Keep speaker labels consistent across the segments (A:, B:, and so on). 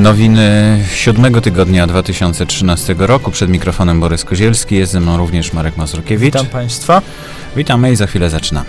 A: Nowiny 7 tygodnia 2013 roku. Przed mikrofonem Borys Kozielski, jest ze mną również Marek Mazurkiewicz.
B: Witam Państwa.
A: Witamy i za chwilę zaczynamy.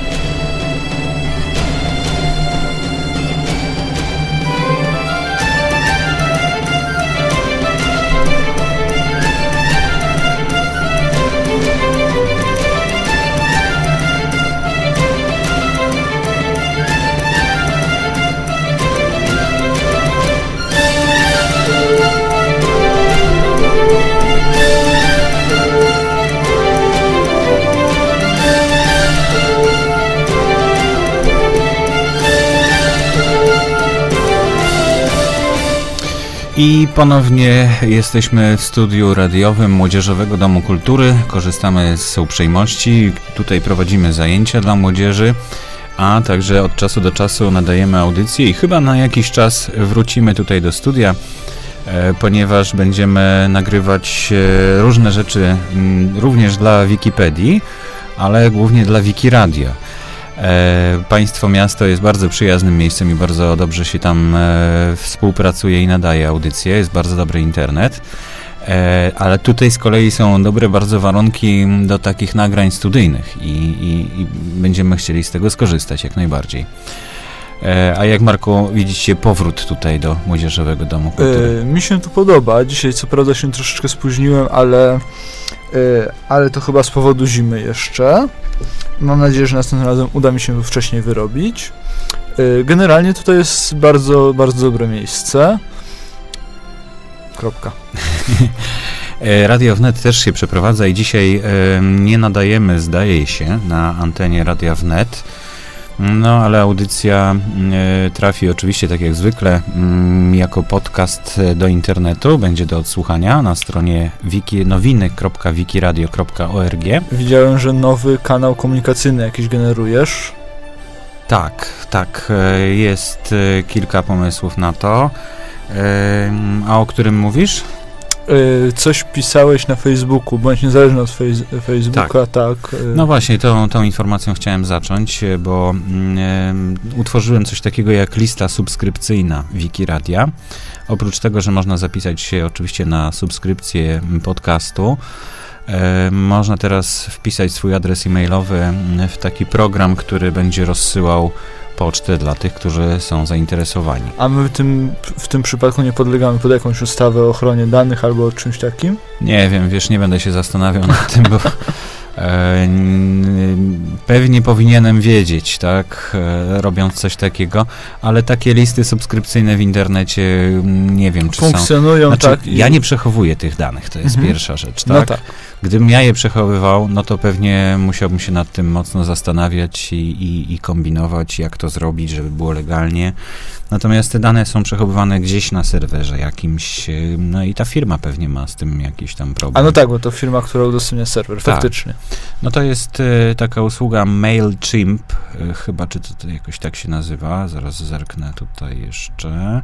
A: I ponownie jesteśmy w studiu radiowym Młodzieżowego Domu Kultury. Korzystamy z uprzejmości. Tutaj prowadzimy zajęcia dla młodzieży, a także od czasu do czasu nadajemy audycje i chyba na jakiś czas wrócimy tutaj do studia, ponieważ będziemy nagrywać różne rzeczy również dla Wikipedii, ale głównie dla Wikiradia. Państwo miasto jest bardzo przyjaznym miejscem i bardzo dobrze się tam współpracuje i nadaje audycje, jest bardzo dobry internet, ale tutaj z kolei są dobre bardzo warunki do takich nagrań studyjnych i będziemy chcieli z tego skorzystać jak najbardziej. A jak, Marku, widzicie powrót tutaj do Młodzieżowego Domu Kultury?
B: Mi się tu podoba. Dzisiaj co prawda się troszeczkę spóźniłem, ale to chyba z powodu zimy jeszcze. Mam nadzieję, że następnym razem uda mi się wcześniej wyrobić. Generalnie tutaj jest bardzo, bardzo dobre miejsce. Kropka.
A: Radio Wnet też się przeprowadza i dzisiaj nie nadajemy, zdaje się, na antenie Radia Wnet. No, ale audycja trafi oczywiście, tak jak zwykle, jako podcast do internetu. Będzie do odsłuchania na stronie nowiny.wikiradio.org.
B: Widziałem, że nowy kanał komunikacyjny jakiś generujesz.
A: Tak. Jest kilka pomysłów na to. A o którym mówisz?
B: Coś pisałeś na Facebooku, bądź niezależny od Facebooka, tak.
A: No właśnie, tą informacją chciałem zacząć, bo utworzyłem coś takiego jak lista subskrypcyjna Wikiradia. Oprócz tego, że można zapisać się oczywiście na subskrypcję podcastu, można teraz wpisać swój adres e-mailowy w taki program, który będzie rozsyłał pocztę dla tych, którzy są zainteresowani.
B: A my w tym przypadku nie podlegamy pod jakąś ustawę o ochronie danych albo czymś takim?
A: Nie wiem, nie będę się zastanawiał nad tym, bo pewnie powinienem wiedzieć, tak, robiąc coś takiego, ale takie listy subskrypcyjne w internecie, nie wiem, czy
B: funkcjonują,
A: są.
B: tak.
A: Ja nie przechowuję tych danych, to jest pierwsza rzecz, tak?
B: No tak.
A: Gdybym ja je przechowywał, no to pewnie musiałbym się nad tym mocno zastanawiać i kombinować, jak to zrobić, żeby było legalnie. Natomiast te dane są przechowywane gdzieś na serwerze jakimś, no i ta firma pewnie ma z tym jakiś tam problem.
B: A no tak, bo to firma, która udostępnia serwer, faktycznie.
A: No to jest taka usługa MailChimp, chyba, czy to jakoś tak się nazywa, zaraz zerknę tutaj jeszcze.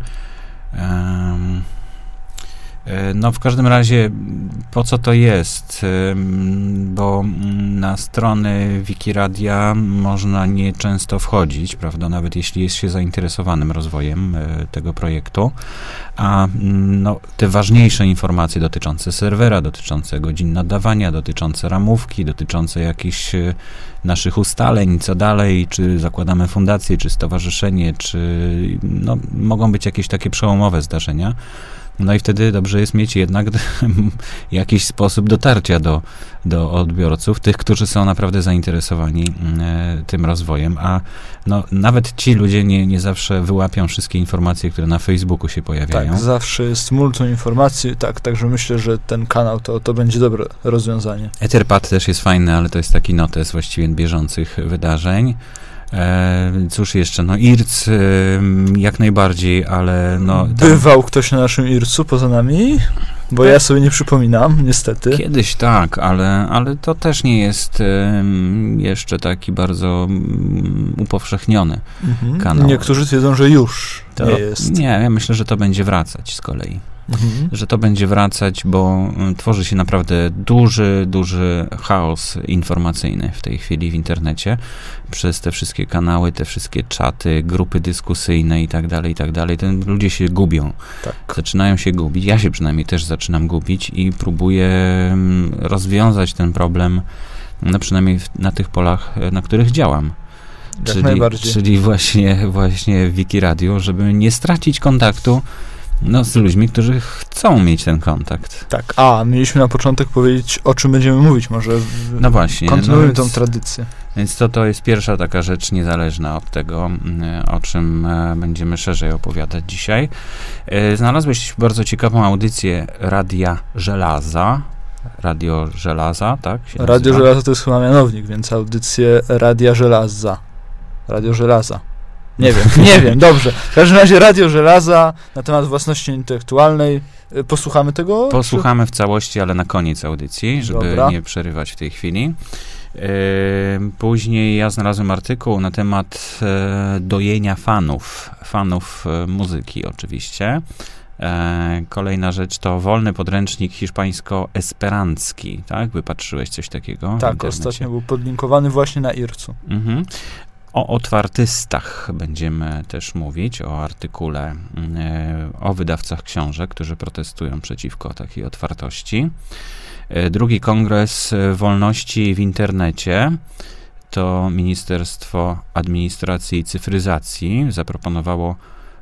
A: No w każdym razie, po co to jest? Bo na strony Wikiradia można nieczęsto wchodzić, prawda, nawet jeśli jest się zainteresowanym rozwojem tego projektu, a no, te ważniejsze informacje dotyczące serwera, dotyczące godzin nadawania, dotyczące ramówki, dotyczące jakichś naszych ustaleń, co dalej, czy zakładamy fundację, czy stowarzyszenie, czy no, mogą być jakieś takie przełomowe zdarzenia. No i wtedy dobrze jest mieć jednak jakiś sposób dotarcia do odbiorców, tych, którzy są naprawdę zainteresowani tym rozwojem, a no, nawet ci ludzie nie zawsze wyłapią wszystkie informacje, które na Facebooku się pojawiają.
B: Tak, zawsze jest multum informacji, także myślę, że ten kanał to będzie dobre rozwiązanie.
A: Etherpad też jest fajny, ale to jest taki notes właściwie bieżących wydarzeń. Cóż jeszcze, no IRC jak najbardziej, ale no... Tam...
B: Bywał ktoś na naszym IRC-u poza nami? Bo ja sobie nie przypominam, niestety.
A: Kiedyś tak, ale to też nie jest jeszcze taki bardzo upowszechniony kanał.
B: Niektórzy twierdzą, że już nie jest.
A: Nie, ja myślę, że to będzie wracać z kolei. że to będzie wracać, bo tworzy się naprawdę duży chaos informacyjny w tej chwili w internecie przez te wszystkie kanały, te wszystkie czaty, grupy dyskusyjne i tak dalej. Ludzie się gubią.
B: Tak.
A: Zaczynają się gubić. Ja się przynajmniej też zaczynam gubić i próbuję rozwiązać ten problem, no przynajmniej na tych polach, na których działam. Czyli właśnie w Wiki Radio, żeby nie stracić kontaktu z ludźmi, którzy chcą mieć ten kontakt.
B: Tak, mieliśmy na początek powiedzieć, o czym będziemy mówić, może kontynuujemy tą tradycję.
A: Więc to jest pierwsza taka rzecz niezależna od tego, o czym będziemy szerzej opowiadać dzisiaj. Znalazłeś bardzo ciekawą audycję Radia Żelaza. Radio Żelaza, tak?
B: Radio Żelaza to jest chyba mianownik, więc audycję Radia Żelaza. Radio Żelaza. Nie wiem, dobrze. W każdym razie Radio Żelaza na temat własności intelektualnej. Posłuchamy tego?
A: Posłuchamy w całości, ale na koniec audycji, żeby nie przerywać w tej chwili. Później ja znalazłem artykuł na temat dojenia fanów muzyki oczywiście. Kolejna rzecz to wolny podręcznik hiszpańsko-esperancki, tak? Wypatrzyłeś coś takiego?
B: Tak, ostatnio był podlinkowany właśnie na IRC-u.
A: O otwartystach będziemy też mówić, o artykule o wydawcach książek, którzy protestują przeciwko takiej otwartości. Drugi kongres wolności w internecie, to Ministerstwo Administracji i Cyfryzacji zaproponowało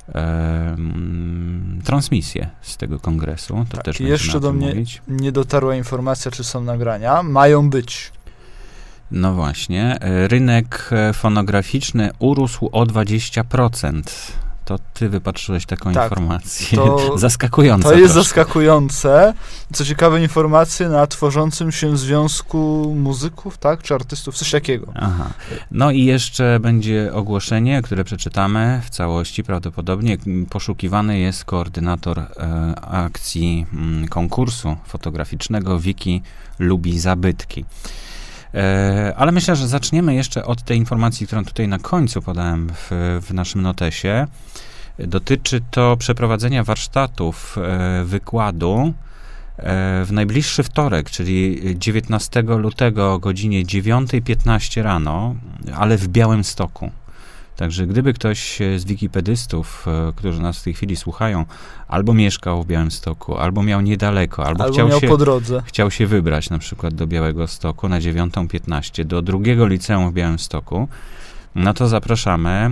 A: transmisję z tego kongresu. To też
B: jeszcze do mnie nie dotarła informacja, czy są nagrania. Mają być.
A: No właśnie. Rynek fonograficzny urósł o 20%. To ty wypatrzyłeś taką informację. Zaskakujące.
B: To jest zaskakujące. Co ciekawe, informacje na tworzącym się związku muzyków, tak? Czy artystów, coś takiego.
A: Aha. No i jeszcze będzie ogłoszenie, które przeczytamy w całości prawdopodobnie. Poszukiwany jest koordynator akcji konkursu fotograficznego Wiki lubi zabytki. Ale myślę, że zaczniemy jeszcze od tej informacji, którą tutaj na końcu podałem w naszym notesie. Dotyczy to przeprowadzenia warsztatów wykładu w najbliższy wtorek, czyli 19 lutego o godzinie 9:15 rano, ale w Białymstoku. Także gdyby ktoś z wikipedystów, którzy nas w tej chwili słuchają, albo mieszkał w Białymstoku, albo miał niedaleko, albo chciał się wybrać na przykład do Białegostoku na 9:15 do drugiego liceum w Białymstoku, no to zapraszamy.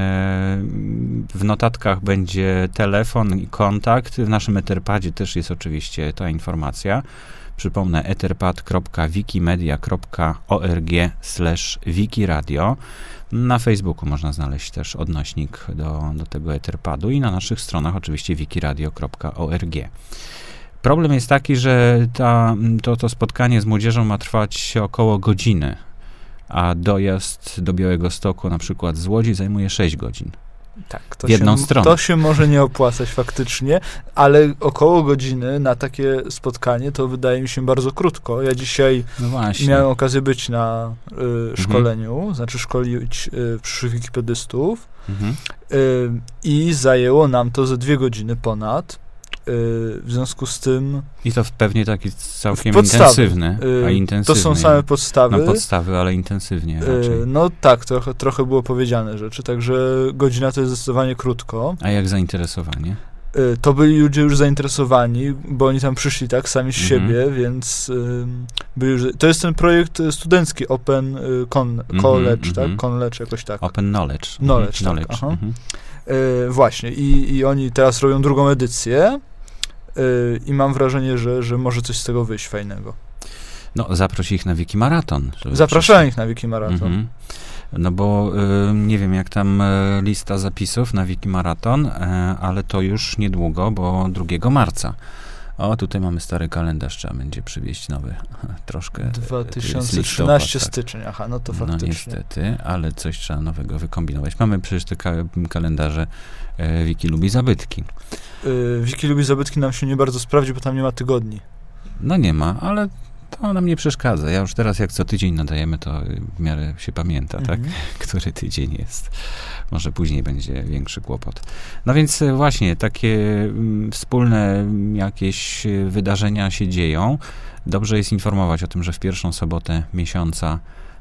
A: W notatkach będzie telefon i kontakt. W naszym Etherpadzie też jest oczywiście ta informacja. Przypomnę, etherpad.wikimedia.org/wikiradio. Na Facebooku można znaleźć też odnośnik do tego Etherpadu i na naszych stronach oczywiście wikiradio.org. Problem jest taki, że to spotkanie z młodzieżą ma trwać około godziny, a dojazd do Białegostoku na przykład z Łodzi zajmuje 6 godzin.
B: Tak,
A: w jedną stronę.
B: To się może nie opłacać faktycznie, ale około godziny na takie spotkanie to wydaje mi się bardzo krótko. Ja dzisiaj miałem okazję być na szkoleniu, znaczy szkolić przyszłych wikipedystów i zajęło nam to ze 2 godziny ponad. W związku z tym...
A: I to pewnie taki całkiem intensywny.
B: To są same podstawy.
A: No podstawy, ale intensywnie raczej.
B: No tak, trochę było powiedziane rzeczy, także godzina to jest zdecydowanie krótko.
A: A jak zainteresowanie?
B: To byli ludzie już zainteresowani, bo oni tam przyszli tak sami z siebie, więc to jest ten projekt studencki Open College, tak? College jakoś tak.
A: Open Knowledge.
B: Knowledge. Tak, właśnie. I oni teraz robią drugą edycję i mam wrażenie, że może coś z tego wyjść fajnego.
A: No, zaproś ich na Wikimaraton.
B: Zapraszam ich na Wikimaraton.
A: No bo nie wiem, jak tam lista zapisów na Wikimaraton, ale to już niedługo, bo 2 marca. O, tutaj mamy stary kalendarz, trzeba będzie przywieźć nowy, troszkę.
B: 2013 styczeń, no to faktycznie.
A: No niestety, ale coś trzeba nowego wykombinować. Mamy przecież te kalendarze Wiki lubi zabytki.
B: Wiki lubi zabytki nam się nie bardzo sprawdzi, bo tam nie ma tygodni.
A: No nie ma, ale to nam nie przeszkadza. Ja już teraz, jak co tydzień nadajemy, to w miarę się pamięta, tak? Który tydzień jest. może później będzie większy kłopot. No więc właśnie, takie wspólne jakieś wydarzenia się dzieją. Dobrze jest informować o tym, że w pierwszą sobotę miesiąca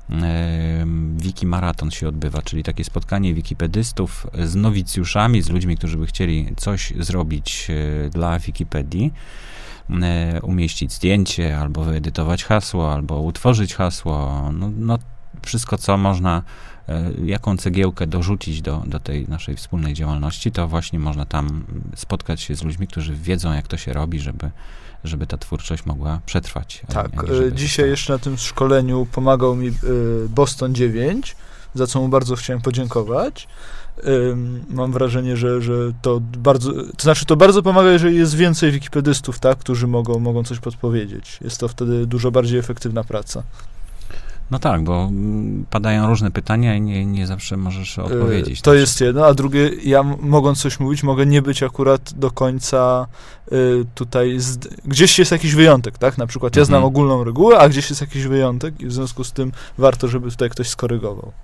A: Wikimaraton się odbywa, czyli takie spotkanie wikipedystów z nowicjuszami, z ludźmi, którzy by chcieli coś zrobić dla Wikipedii, umieścić zdjęcie, albo wyedytować hasło, albo utworzyć hasło, no wszystko, co można, jaką cegiełkę dorzucić do tej naszej wspólnej działalności, to właśnie można tam spotkać się z ludźmi, którzy wiedzą, jak to się robi, żeby ta twórczość mogła przetrwać.
B: Tak, dzisiaj jeszcze na tym szkoleniu pomagał mi Boston 9, za co mu bardzo chciałem podziękować. Mam wrażenie, że to bardzo, to znaczy to bardzo pomaga, jeżeli jest więcej wikipedystów, tak, którzy mogą coś podpowiedzieć. Jest to wtedy dużo bardziej efektywna praca.
A: No tak, bo padają różne pytania i nie zawsze możesz odpowiedzieć.
B: To jest jedno, a drugie, ja mogąc coś mówić, mogę nie być akurat do końca tutaj, gdzieś jest jakiś wyjątek, tak? Na przykład ja znam ogólną regułę, a gdzieś jest jakiś wyjątek i w związku z tym warto, żeby tutaj ktoś skorygował.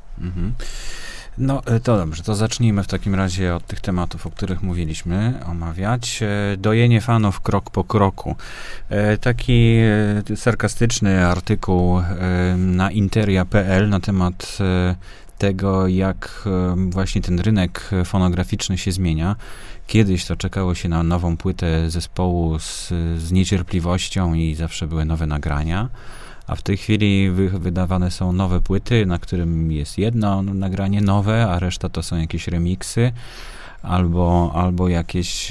A: No to dobrze, to zacznijmy w takim razie od tych tematów, o których mówiliśmy omawiać. Dojenie fanów krok po kroku. Taki sarkastyczny artykuł na interia.pl na temat tego, jak właśnie ten rynek fonograficzny się zmienia. Kiedyś to czekało się na nową płytę zespołu z niecierpliwością i zawsze były nowe nagrania. A w tej chwili wydawane są nowe płyty, na którym jest jedno nagranie nowe, a reszta to są jakieś remiksy albo jakieś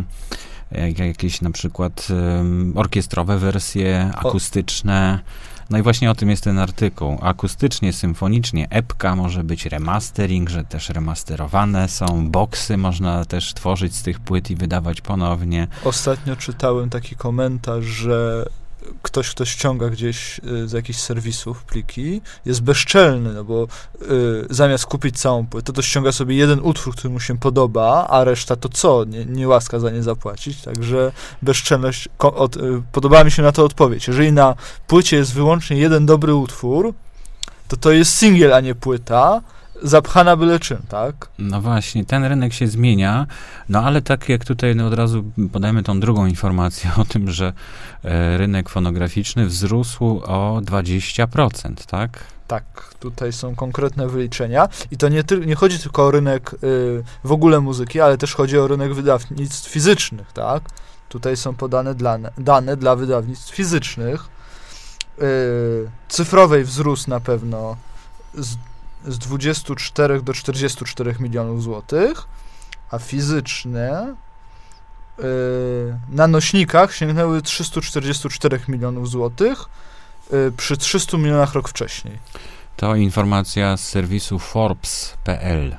A: na przykład orkiestrowe wersje, akustyczne. No i właśnie o tym jest ten artykuł. Akustycznie, symfonicznie, epka, może być remastering, że też remasterowane są, boksy można też tworzyć z tych płyt i wydawać ponownie.
B: Ostatnio czytałem taki komentarz, że ktoś, kto ściąga gdzieś z jakichś serwisów pliki, jest bezczelny, no bo zamiast kupić całą płytę, to ściąga sobie jeden utwór, który mu się podoba, a reszta to co? Nie łaska za nie zapłacić, także bezczelność, podobała mi się na to odpowiedź. Jeżeli na płycie jest wyłącznie jeden dobry utwór, to jest singiel, a nie płyta, zapchana byle czym, tak?
A: No właśnie, ten rynek się zmienia, no ale tak jak tutaj od razu podajemy tą drugą informację o tym, że rynek fonograficzny wzrósł o 20%, tak?
B: Tak, tutaj są konkretne wyliczenia i to nie chodzi tylko o rynek w ogóle muzyki, ale też chodzi o rynek wydawnictw fizycznych, tak? Tutaj są podane dane dla wydawnictw fizycznych. Cyfrowej wzrósł na pewno z 24 do 44 milionów złotych, a fizyczne na nośnikach sięgnęły 344 milionów złotych przy 300 milionach rok wcześniej.
A: To informacja z serwisu Forbes.pl.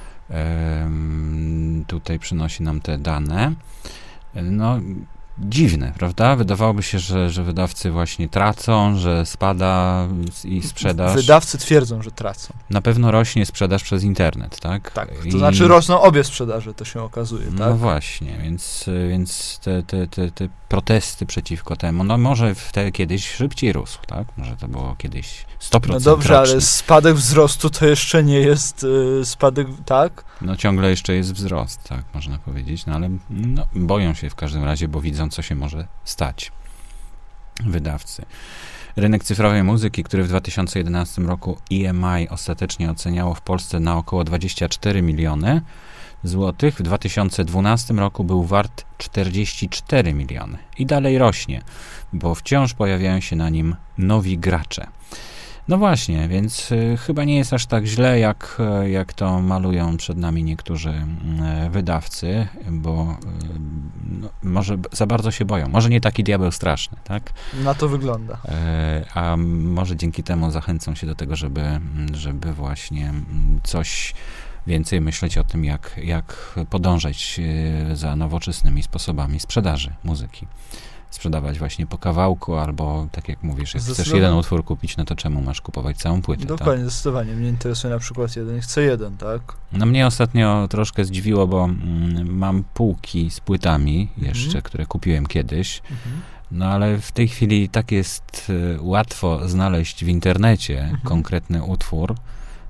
A: Tutaj przynosi nam te dane. No, dziwne, prawda? Wydawałoby się, że wydawcy właśnie tracą, że spada i sprzedaż.
B: Wydawcy twierdzą, że tracą.
A: Na pewno rośnie sprzedaż przez internet, tak?
B: Tak, to znaczy rosną obie sprzedaże, to się okazuje, tak?
A: No właśnie, więc te protesty przeciwko temu, no może kiedyś szybciej rósł, tak? Może to było kiedyś 100%
B: No dobrze,
A: rocznie.
B: ale spadek wzrostu to jeszcze nie jest spadek, tak?
A: No ciągle jeszcze jest wzrost, tak można powiedzieć, no ale boją się w każdym razie, bo widzą, co się może stać wydawcy. Rynek cyfrowej muzyki, który w 2011 roku EMI ostatecznie oceniało w Polsce na około 24 miliony złotych, w 2012 roku był wart 44 miliony i dalej rośnie, bo wciąż pojawiają się na nim nowi gracze. No właśnie, więc chyba nie jest aż tak źle, jak to malują przed nami niektórzy wydawcy, bo może za bardzo się boją. Może nie taki diabeł straszny, tak?
B: Na to wygląda.
A: A może dzięki temu zachęcą się do tego, żeby właśnie coś więcej myśleć o tym, jak podążać za nowoczesnymi sposobami sprzedaży muzyki. Sprzedawać właśnie po kawałku, albo tak jak mówisz, jak chcesz jeden utwór kupić, no to czemu masz kupować całą płytę?
B: Dokładnie,
A: tak?
B: Zdecydowanie. Mnie interesuje na przykład jeden, chcę jeden, tak?
A: No mnie ostatnio troszkę zdziwiło, bo mam półki z płytami jeszcze, które kupiłem kiedyś, no ale w tej chwili tak jest łatwo znaleźć w internecie konkretny utwór,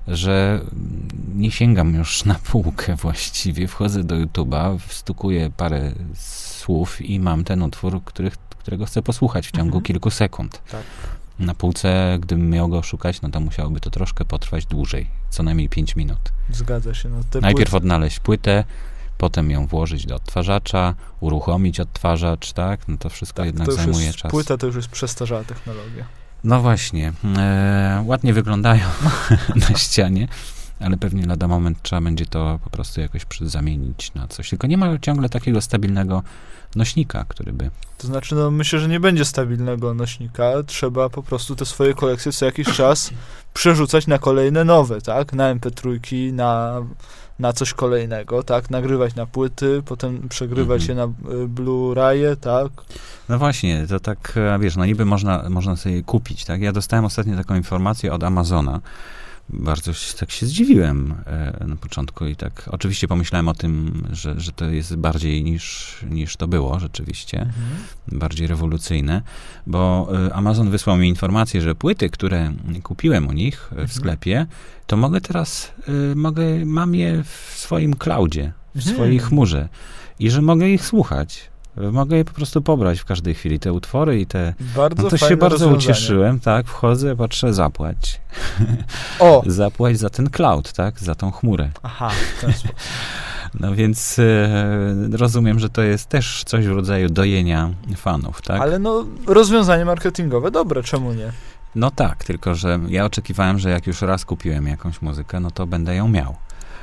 A: że nie sięgam już na półkę właściwie. Wchodzę do YouTube'a, wstukuję parę słów i mam ten utwór, którego chcę posłuchać w ciągu kilku sekund.
B: Tak.
A: Na półce, gdybym miał go szukać, no to musiałoby to troszkę potrwać dłużej, co najmniej 5 minut.
B: Zgadza się. No,
A: Najpierw odnaleźć płytę, potem ją włożyć do odtwarzacza, uruchomić odtwarzacz, tak? No to wszystko
B: tak,
A: jednak
B: to
A: zajmuje czas.
B: Płyta to już jest przestarzała technologia.
A: No właśnie. Ładnie wyglądają na ścianie, ale pewnie lada moment trzeba będzie to po prostu jakoś zamienić na coś. Tylko nie ma ciągle takiego stabilnego nośnika, który by...
B: To znaczy, no myślę, że nie będzie stabilnego nośnika. Trzeba po prostu te swoje kolekcje co jakiś czas przerzucać na kolejne nowe, tak? Na MP3, na coś kolejnego, tak? Nagrywać na płyty, potem przegrywać je na Blu-raye, tak?
A: No właśnie, to tak, wiesz, no niby można sobie kupić, tak? Ja dostałem ostatnio taką informację od Amazona. Bardzo tak się zdziwiłem na początku i tak oczywiście pomyślałem o tym, że to jest bardziej niż to było rzeczywiście, bardziej rewolucyjne, bo Amazon wysłał mi informację, że płyty, które kupiłem u nich w sklepie, to mam je w swoim cloudzie, w swojej chmurze i że mogę ich słuchać. Mogę je po prostu pobrać w każdej chwili, te utwory i te...
B: Bardzo
A: to się bardzo ucieszyłem, tak, wchodzę, patrzę, zapłać.
B: O!
A: Zapłać za ten cloud, tak, za tą chmurę.
B: Aha, w ten sposób.
A: No więc rozumiem, że to jest też coś w rodzaju dojenia fanów, tak?
B: Ale no, rozwiązanie marketingowe, dobre, czemu nie?
A: No tak, tylko że ja oczekiwałem, że jak już raz kupiłem jakąś muzykę, no to będę ją miał.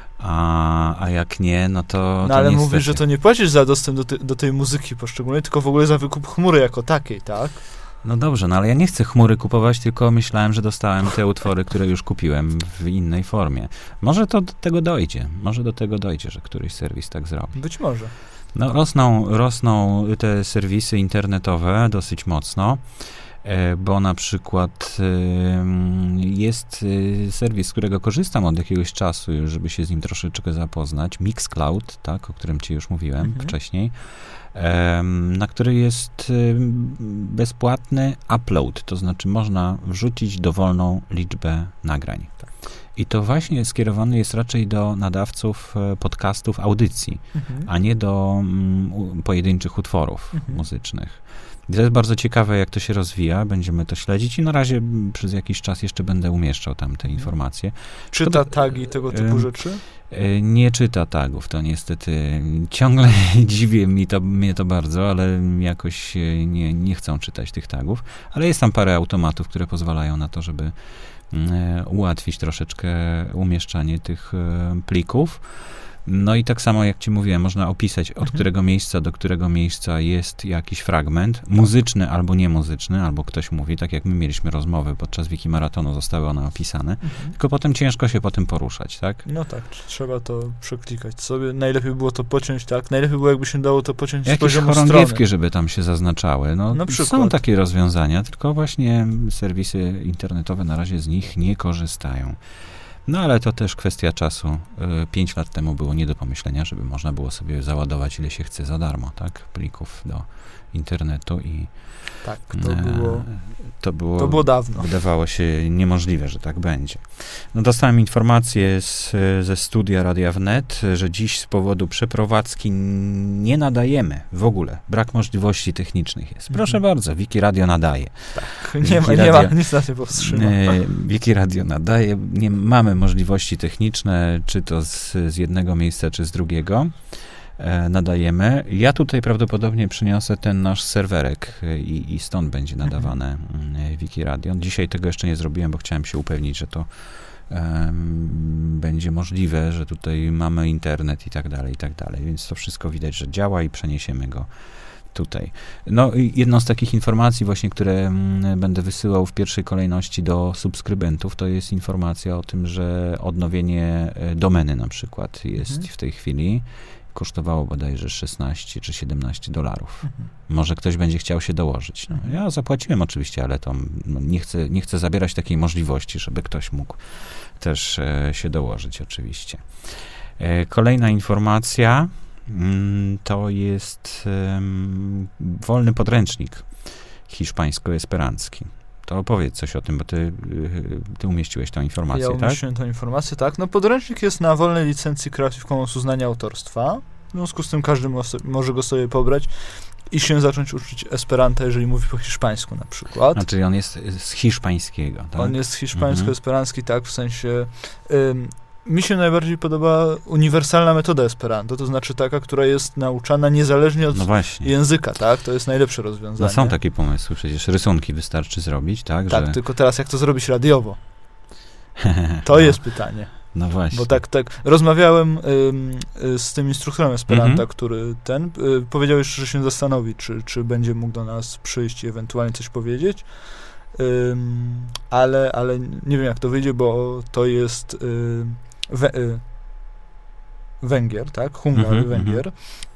A: A jak nie, no to
B: No ale
A: niestety.
B: mówisz, że to nie płacisz za dostęp do tej muzyki poszczególnej, tylko w ogóle za wykup chmury jako takiej, tak?
A: No dobrze, no ale ja nie chcę chmury kupować, tylko myślałem, że dostałem te utwory, które już kupiłem w innej formie. Może to do tego dojdzie. Może do tego dojdzie, że któryś serwis tak zrobi.
B: Być może.
A: No rosną te serwisy internetowe dosyć mocno, bo na przykład jest serwis, z którego korzystam od jakiegoś czasu, już żeby się z nim troszeczkę zapoznać, Mixcloud, tak, o którym ci już mówiłem wcześniej, na który jest bezpłatny upload, to znaczy można wrzucić dowolną liczbę nagrań.
B: Tak.
A: I to właśnie skierowany jest raczej do nadawców podcastów, audycji, a nie do pojedynczych utworów muzycznych. I to jest bardzo ciekawe, jak to się rozwija, będziemy to śledzić i na razie przez jakiś czas jeszcze będę umieszczał tam te informacje.
B: Czyta tagi tego typu rzeczy?
A: Nie czyta tagów, to niestety ciągle dziwi mnie to bardzo, ale jakoś nie chcą czytać tych tagów, ale jest tam parę automatów, które pozwalają na to, żeby ułatwić troszeczkę umieszczanie tych plików. No i tak samo jak ci mówiłem, można opisać od którego miejsca do którego miejsca jest jakiś fragment, muzyczny albo niemuzyczny, albo ktoś mówi, tak jak my mieliśmy rozmowy podczas Wikimaratonu, zostały one opisane, tylko potem ciężko się po tym poruszać, tak?
B: No tak, trzeba to przeklikać sobie. Najlepiej było to pociąć, tak? Najlepiej było, jakby się dało to pociąć z poziomu strony. Jakieś chorągiewki,
A: żeby tam się zaznaczały. No, są takie rozwiązania, tylko właśnie serwisy internetowe na razie z nich nie korzystają. No ale to też kwestia czasu. 5 lat temu było nie do pomyślenia, żeby można było sobie załadować ile się chce za darmo, tak? Plików do internetu i
B: tak, to było dawno.
A: Wydawało się niemożliwe, że tak będzie. No dostałem informację ze studia Radia Wnet, że dziś z powodu przeprowadzki nie nadajemy w ogóle. Brak możliwości technicznych jest. Proszę bardzo, Wiki Radio nadaje.
B: Tak, nie ma nic na się powstrzyma.
A: Wiki Radio nadaje. Nie mamy możliwości techniczne, czy to z jednego miejsca, czy z drugiego. Nadajemy. Ja tutaj prawdopodobnie przyniosę ten nasz serwerek i stąd będzie nadawane Wiki Radio. Dzisiaj tego jeszcze nie zrobiłem, bo chciałem się upewnić, że to będzie możliwe, że tutaj mamy internet i tak dalej, więc to wszystko widać, że działa i przeniesiemy go tutaj. No i jedną z takich informacji właśnie, które będę wysyłał w pierwszej kolejności do subskrybentów, to jest informacja o tym, że odnowienie domeny na przykład jest w tej chwili. Kosztowało bodajże $16 czy $17. Może ktoś będzie chciał się dołożyć. No, ja zapłaciłem oczywiście, ale to nie chcę zabierać takiej możliwości, żeby ktoś mógł też się dołożyć oczywiście. Kolejna informacja to jest wolny podręcznik hiszpańsko-esperancki. To opowiedz coś o tym, bo ty umieściłeś tę informację,
B: ja
A: tak?
B: Ja umieściłem tę informację, tak. No podręcznik jest na wolnej licencji Creative Commons uznania autorstwa. W związku z tym każdy może go sobie pobrać i się zacząć uczyć Esperanta, jeżeli mówi po hiszpańsku na przykład.
A: A czyli on jest z hiszpańskiego, tak?
B: On jest hiszpańsko-esperanski, tak, w sensie... mi się najbardziej podoba uniwersalna metoda Esperanto, to znaczy taka, która jest nauczana niezależnie od języka, tak? To jest najlepsze rozwiązanie.
A: No są takie pomysły, przecież rysunki wystarczy zrobić, tak?
B: Tak, tylko teraz jak to zrobić radiowo? To jest pytanie.
A: No właśnie.
B: Bo tak, rozmawiałem z tym instruktorem Esperanta, który powiedział jeszcze, że się zastanowi, czy będzie mógł do nas przyjść i ewentualnie coś powiedzieć, ale nie wiem, jak to wyjdzie, bo to jest Węgier, tak? Hungar, Węgier,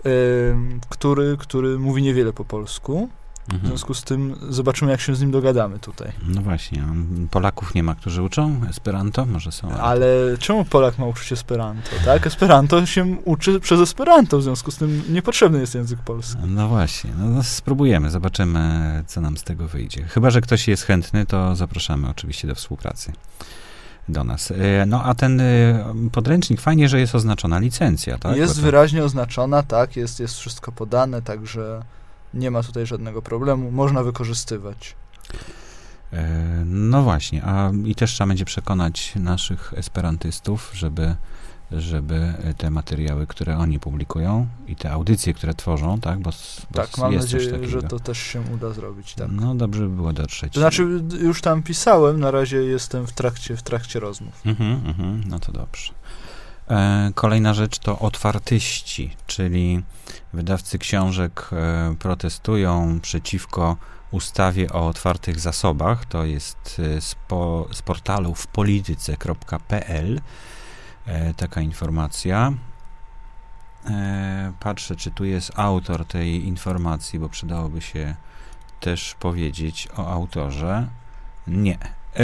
B: który mówi niewiele po polsku. W związku z tym zobaczymy, jak się z nim dogadamy tutaj.
A: No właśnie, Polaków nie ma, którzy uczą Esperanto? Może są.
B: Ale czemu Polak ma uczyć Esperanto, tak? Esperanto się uczy przez Esperanto, w związku z tym niepotrzebny jest język polski.
A: No właśnie, no spróbujemy, zobaczymy, co nam z tego wyjdzie. Chyba że ktoś jest chętny, to zapraszamy oczywiście do współpracy do nas. No a ten podręcznik, fajnie, że jest oznaczona licencja, tak?
B: Jest wyraźnie oznaczona, tak, jest wszystko podane, także nie ma tutaj żadnego problemu, można wykorzystywać.
A: No właśnie, i też trzeba będzie przekonać naszych esperantystów, żeby te materiały, które oni publikują i te audycje, które tworzą, tak? Bo
B: mam
A: jest
B: nadzieję, że to też się uda zrobić, tak.
A: No dobrze by było dotrzeć.
B: To znaczy, już tam pisałem, na razie jestem w trakcie rozmów.
A: No to dobrze. Kolejna rzecz to otwartyści, czyli wydawcy książek protestują przeciwko ustawie o otwartych zasobach. To jest z portalu wpolityce.pl taka informacja. Patrzę, czy tu jest autor tej informacji, bo przydałoby się też powiedzieć o autorze. Nie,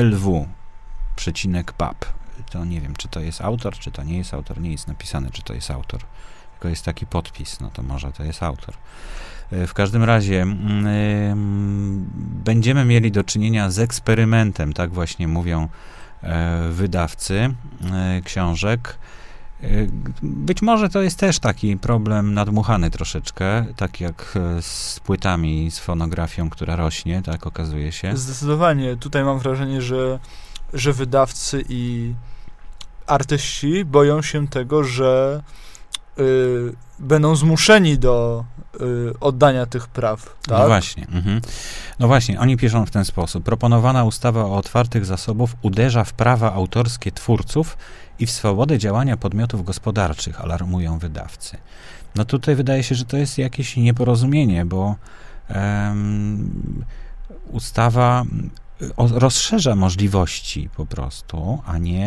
A: LW_PAP. To nie wiem, czy to jest autor, czy to nie jest autor. Nie jest napisane, czy to jest autor. Tylko jest taki podpis, no to może to jest autor. W każdym razie będziemy mieli do czynienia z eksperymentem, tak właśnie mówią wydawcy książek. Być może to jest też taki problem nadmuchany troszeczkę, tak jak z płytami, z fonografią, która rośnie, tak okazuje się.
B: Zdecydowanie. Tutaj mam wrażenie, że wydawcy i artyści boją się tego, że będą zmuszeni do oddania tych praw. Tak?
A: No właśnie. No właśnie, oni piszą w ten sposób. Proponowana ustawa o otwartych zasobów uderza w prawa autorskie twórców i w swobodę działania podmiotów gospodarczych, alarmują wydawcy. No tutaj wydaje się, że to jest jakieś nieporozumienie, bo ustawa rozszerza możliwości po prostu,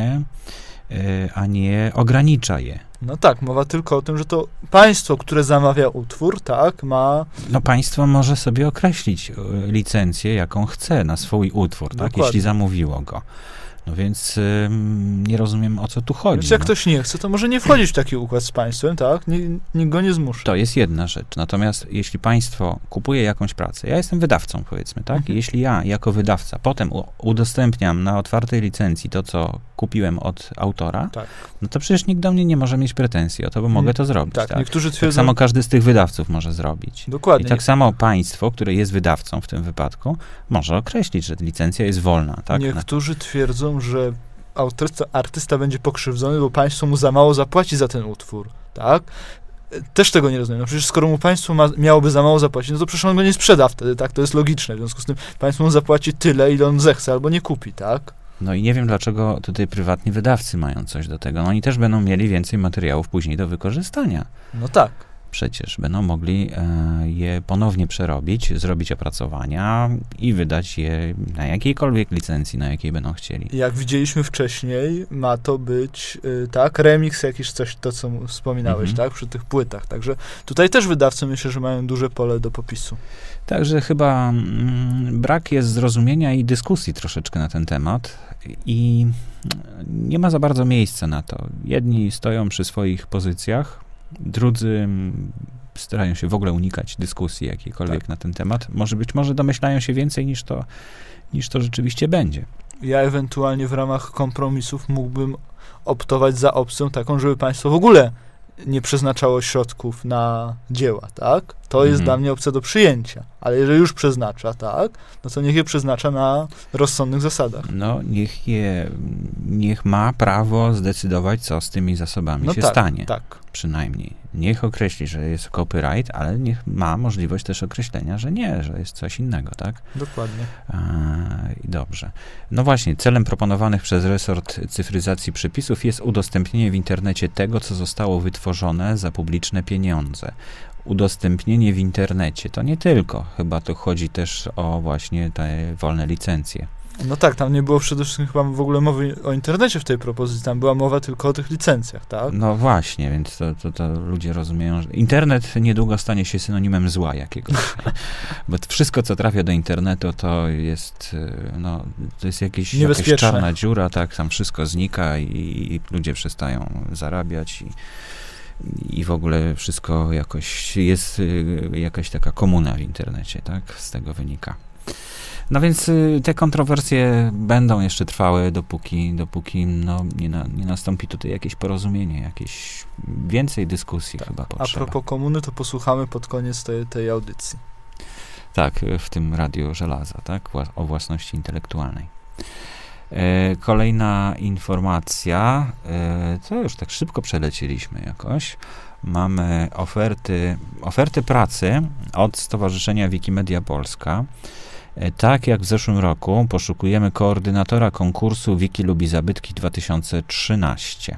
A: a nie ogranicza je.
B: No tak, mowa tylko o tym, że to państwo, które zamawia utwór, tak, ma...
A: No państwo może sobie określić licencję, jaką chce na swój utwór, tak, jeśli zamówiło go. No więc nie rozumiem, o co tu chodzi.
B: Więc jak ktoś nie chce, to może nie wchodzić w taki układ z państwem, tak? Nikt go nie zmuszy.
A: To jest jedna rzecz. Natomiast jeśli państwo kupuje jakąś pracę, ja jestem wydawcą, powiedzmy, tak? I jeśli ja jako wydawca potem udostępniam na otwartej licencji to, co kupiłem od autora,
B: tak,
A: no to przecież nikt do mnie nie może mieć pretensji o to, bo mogę to zrobić.
B: Tak,
A: tak?
B: Niektórzy twierdzą...
A: Tak samo każdy z tych wydawców może zrobić.
B: Dokładnie.
A: I tak samo państwo, które jest wydawcą w tym wypadku, może określić, że licencja jest wolna. Tak?
B: Niektórzy twierdzą, że artysta będzie pokrzywdzony, bo państwo mu za mało zapłaci za ten utwór, tak? Też tego nie rozumiem. No przecież skoro mu państwo miałoby za mało zapłacić, no to przecież on go nie sprzeda wtedy, tak? To jest logiczne. W związku z tym państwo mu zapłaci tyle, ile on zechce, albo nie kupi, tak?
A: No i nie wiem, dlaczego tutaj prywatni wydawcy mają coś do tego. No oni też będą mieli więcej materiałów później do wykorzystania.
B: No tak.
A: Przecież będą mogli je ponownie przerobić, zrobić opracowania i wydać je na jakiejkolwiek licencji, na jakiej będą chcieli.
B: Jak widzieliśmy wcześniej, ma to być, tak, remix jakiś, coś, to co wspominałeś, tak, przy tych płytach. Także tutaj też wydawcy, myślę, że mają duże pole do popisu.
A: Także chyba brak jest zrozumienia i dyskusji troszeczkę na ten temat i nie ma za bardzo miejsca na to. Jedni stoją przy swoich pozycjach, drudzy starają się w ogóle unikać dyskusji jakiejkolwiek na ten temat. Być może domyślają się więcej niż to rzeczywiście będzie.
B: Ja ewentualnie w ramach kompromisów mógłbym optować za opcją taką, żeby państwo w ogóle nie przeznaczało środków na dzieła, tak? To jest dla mnie opcja do przyjęcia. Ale jeżeli już przeznacza, tak? No to niech je przeznacza na rozsądnych zasadach.
A: No, niech ma prawo zdecydować, co z tymi zasobami się stanie. Tak. Przynajmniej. Niech określi, że jest copyright, ale niech ma możliwość też określenia, że nie, że jest coś innego, tak?
B: Dokładnie.
A: I dobrze. No właśnie, celem proponowanych przez resort cyfryzacji przepisów jest udostępnienie w internecie tego, co zostało wytworzone za publiczne pieniądze. Udostępnienie w internecie to nie tylko, chyba to chodzi też o właśnie te wolne licencje.
B: No tak, tam nie było przede wszystkim chyba w ogóle mowy o internecie w tej propozycji, tam była mowa tylko o tych licencjach, tak?
A: No właśnie, więc to ludzie rozumieją, że internet niedługo stanie się synonimem zła jakiegoś. Bo wszystko, co trafia do internetu, to jest jakaś czarna dziura, tak, tam wszystko znika i ludzie przestają zarabiać i w ogóle wszystko jakoś jest jakaś taka komuna w internecie, tak, z tego wynika. No więc te kontrowersje będą jeszcze trwały, dopóki nie nastąpi tutaj jakieś porozumienie, jakieś więcej dyskusji chyba potrzeba.
B: A propos komuny, to posłuchamy pod koniec tej audycji.
A: Tak, w tym Radiu Żelaza, tak, o własności intelektualnej. Kolejna informacja, to już tak szybko przelecieliśmy jakoś. Mamy oferty pracy od Stowarzyszenia Wikimedia Polska. Tak jak w zeszłym roku poszukujemy koordynatora konkursu Wiki lubi zabytki 2013.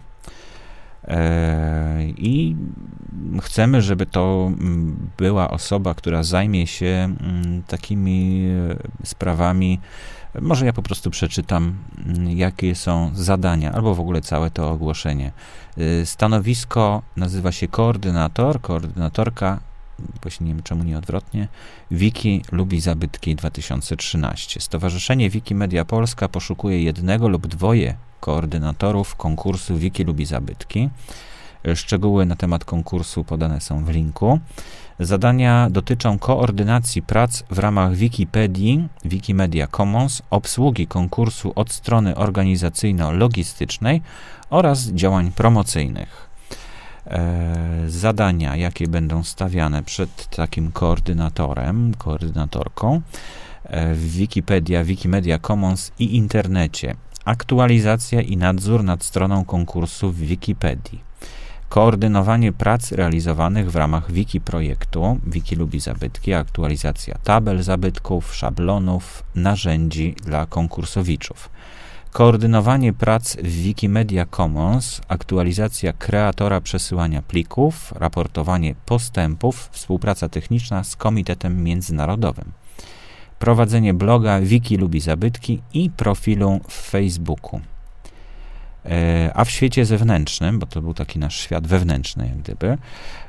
A: I chcemy, żeby to była osoba, która zajmie się takimi sprawami. Może ja po prostu przeczytam, jakie są zadania, albo w ogóle całe to ogłoszenie. Stanowisko nazywa się koordynatorka, właśnie nie wiem czemu nie odwrotnie, Wiki lubi zabytki 2013. Stowarzyszenie Wikimedia Polska poszukuje 1 lub 2 koordynatorów konkursu Wiki lubi zabytki. Szczegóły na temat konkursu podane są w linku. Zadania dotyczą koordynacji prac w ramach Wikipedii, Wikimedia Commons, obsługi konkursu od strony organizacyjno-logistycznej oraz działań promocyjnych. Zadania, jakie będą stawiane przed takim koordynatorką w Wikipedia, Wikimedia Commons i internecie. Aktualizacja i nadzór nad stroną konkursu w Wikipedii. Koordynowanie prac realizowanych w ramach Wiki projektu, Wiki lubi zabytki, aktualizacja tabel zabytków, szablonów, narzędzi dla konkursowiczów. Koordynowanie prac w Wikimedia Commons, aktualizacja kreatora przesyłania plików, raportowanie postępów, współpraca techniczna z Komitetem Międzynarodowym. Prowadzenie bloga Wiki lubi zabytki i profilu w Facebooku. A w świecie zewnętrznym, bo to był taki nasz świat wewnętrzny jak gdyby,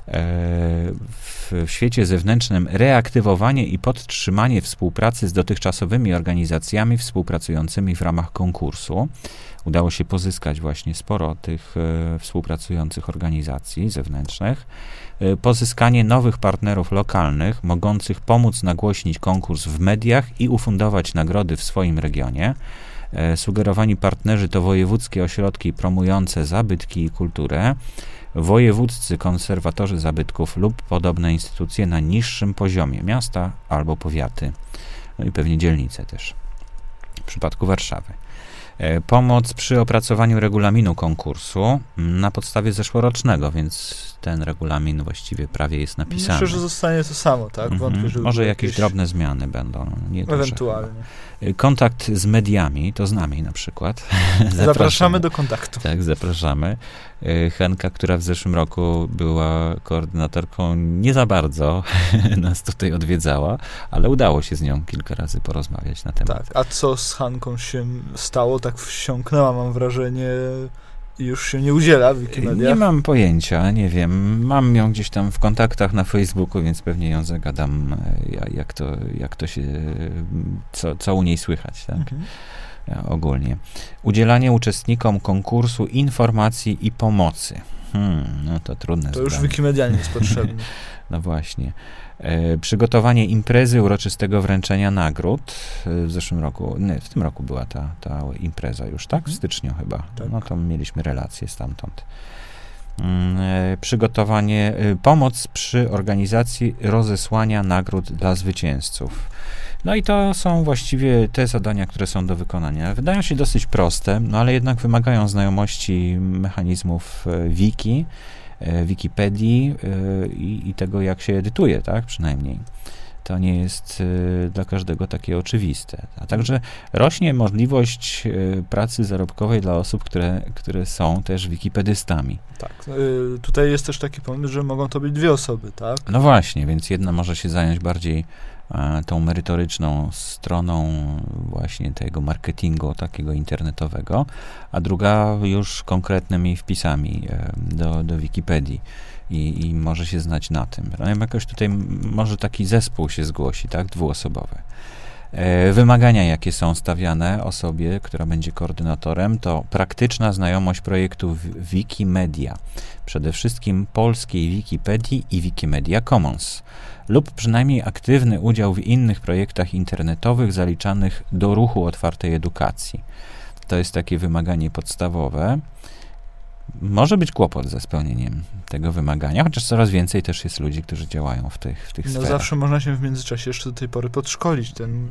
A: w świecie zewnętrznym reaktywowanie i podtrzymanie współpracy z dotychczasowymi organizacjami współpracującymi w ramach konkursu. Udało się pozyskać właśnie sporo tych współpracujących organizacji zewnętrznych. Pozyskanie nowych partnerów lokalnych, mogących pomóc nagłośnić konkurs w mediach i ufundować nagrody w swoim regionie. Sugerowani partnerzy to wojewódzkie ośrodki promujące zabytki i kulturę, wojewódzcy konserwatorzy zabytków lub podobne instytucje na niższym poziomie, miasta albo powiaty, no i pewnie dzielnice też, w przypadku Warszawy. Pomoc przy opracowaniu regulaminu konkursu na podstawie zeszłorocznego, więc ten regulamin właściwie prawie jest napisany.
B: Myślę, że zostanie to samo, tak? Wątpię, że
A: może jakieś drobne zmiany będą.
B: Ewentualnie.
A: Kontakt z mediami, to z nami na przykład.
B: Zapraszamy do kontaktu.
A: Tak, zapraszamy. Henka, która w zeszłym roku była koordynatorką, nie za bardzo nas tutaj odwiedzała, ale udało się z nią kilka razy porozmawiać na temat.
B: Tak, a co z Hanką się stało? Tak wsiąknęła, mam wrażenie, i już się nie udziela w Wikimediach.
A: Nie mam pojęcia, nie wiem. Mam ją gdzieś tam w kontaktach na Facebooku, więc pewnie ją zagadam, jak to się, co u niej słychać, tak? ogólnie. Udzielanie uczestnikom konkursu informacji i pomocy. No to trudne
B: To już
A: zadanie.
B: Wikimedianie jest potrzebny.
A: No właśnie. Przygotowanie imprezy uroczystego wręczenia nagród. W zeszłym roku, nie, w tym roku była ta impreza już, tak? W styczniu chyba.
B: Tak.
A: No to mieliśmy relację stamtąd. Przygotowanie, pomoc przy organizacji rozesłania nagród dla zwycięzców. No i to są właściwie te zadania, które są do wykonania. Wydają się dosyć proste, no ale jednak wymagają znajomości mechanizmów wiki, Wikipedii i tego, jak się edytuje, tak? Przynajmniej. To nie jest dla każdego takie oczywiste. A także rośnie możliwość pracy zarobkowej dla osób, które są też wikipedystami.
B: Tak. Tutaj jest też taki pomysł, że mogą to być 2 osoby, tak?
A: No właśnie, więc jedna może się zająć bardziej tą merytoryczną stroną właśnie tego marketingu takiego internetowego, a druga już konkretnymi wpisami do Wikipedii i może się znać na tym. No jakoś tutaj może taki zespół się zgłosi, tak, 2-osobowy. Wymagania, jakie są stawiane osobie, która będzie koordynatorem, to praktyczna znajomość projektów Wikimedia, przede wszystkim polskiej Wikipedii i Wikimedia Commons, lub przynajmniej aktywny udział w innych projektach internetowych zaliczanych do ruchu otwartej edukacji. To jest takie wymaganie podstawowe. Może być kłopot ze spełnieniem tego wymagania, chociaż coraz więcej też jest ludzi, którzy działają w tych
B: No
A: sferach.
B: zawsze można się w międzyczasie jeszcze do tej pory podszkolić.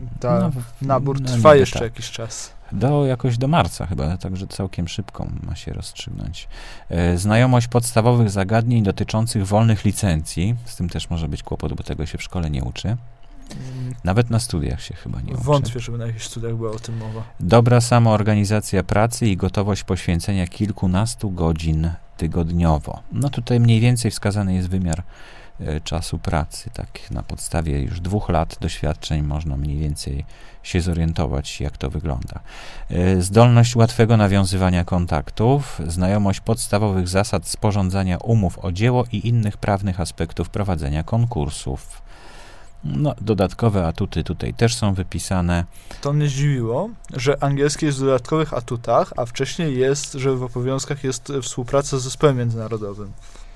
B: Nabór
A: no
B: trwa
A: niby
B: jeszcze
A: tak.
B: jakiś czas.
A: Jakoś do marca chyba, także całkiem szybko ma się rozstrzygnąć. Znajomość podstawowych zagadnień dotyczących wolnych licencji, z tym też może być kłopot, bo tego się w szkole nie uczy. Nawet na studiach się chyba nie uczy.
B: Wątpię, żeby na jakichś studiach była o tym mowa.
A: Dobra samoorganizacja pracy i gotowość poświęcenia kilkunastu godzin tygodniowo. No tutaj mniej więcej wskazany jest wymiar czasu pracy. Tak na podstawie już 2 lat doświadczeń można mniej więcej się zorientować, jak to wygląda. Zdolność łatwego nawiązywania kontaktów, znajomość podstawowych zasad sporządzania umów o dzieło i innych prawnych aspektów prowadzenia konkursów. No, dodatkowe atuty tutaj też są wypisane.
B: To mnie zdziwiło, że angielski jest w dodatkowych atutach, a wcześniej jest, że w obowiązkach jest współpraca z zespołem międzynarodowym.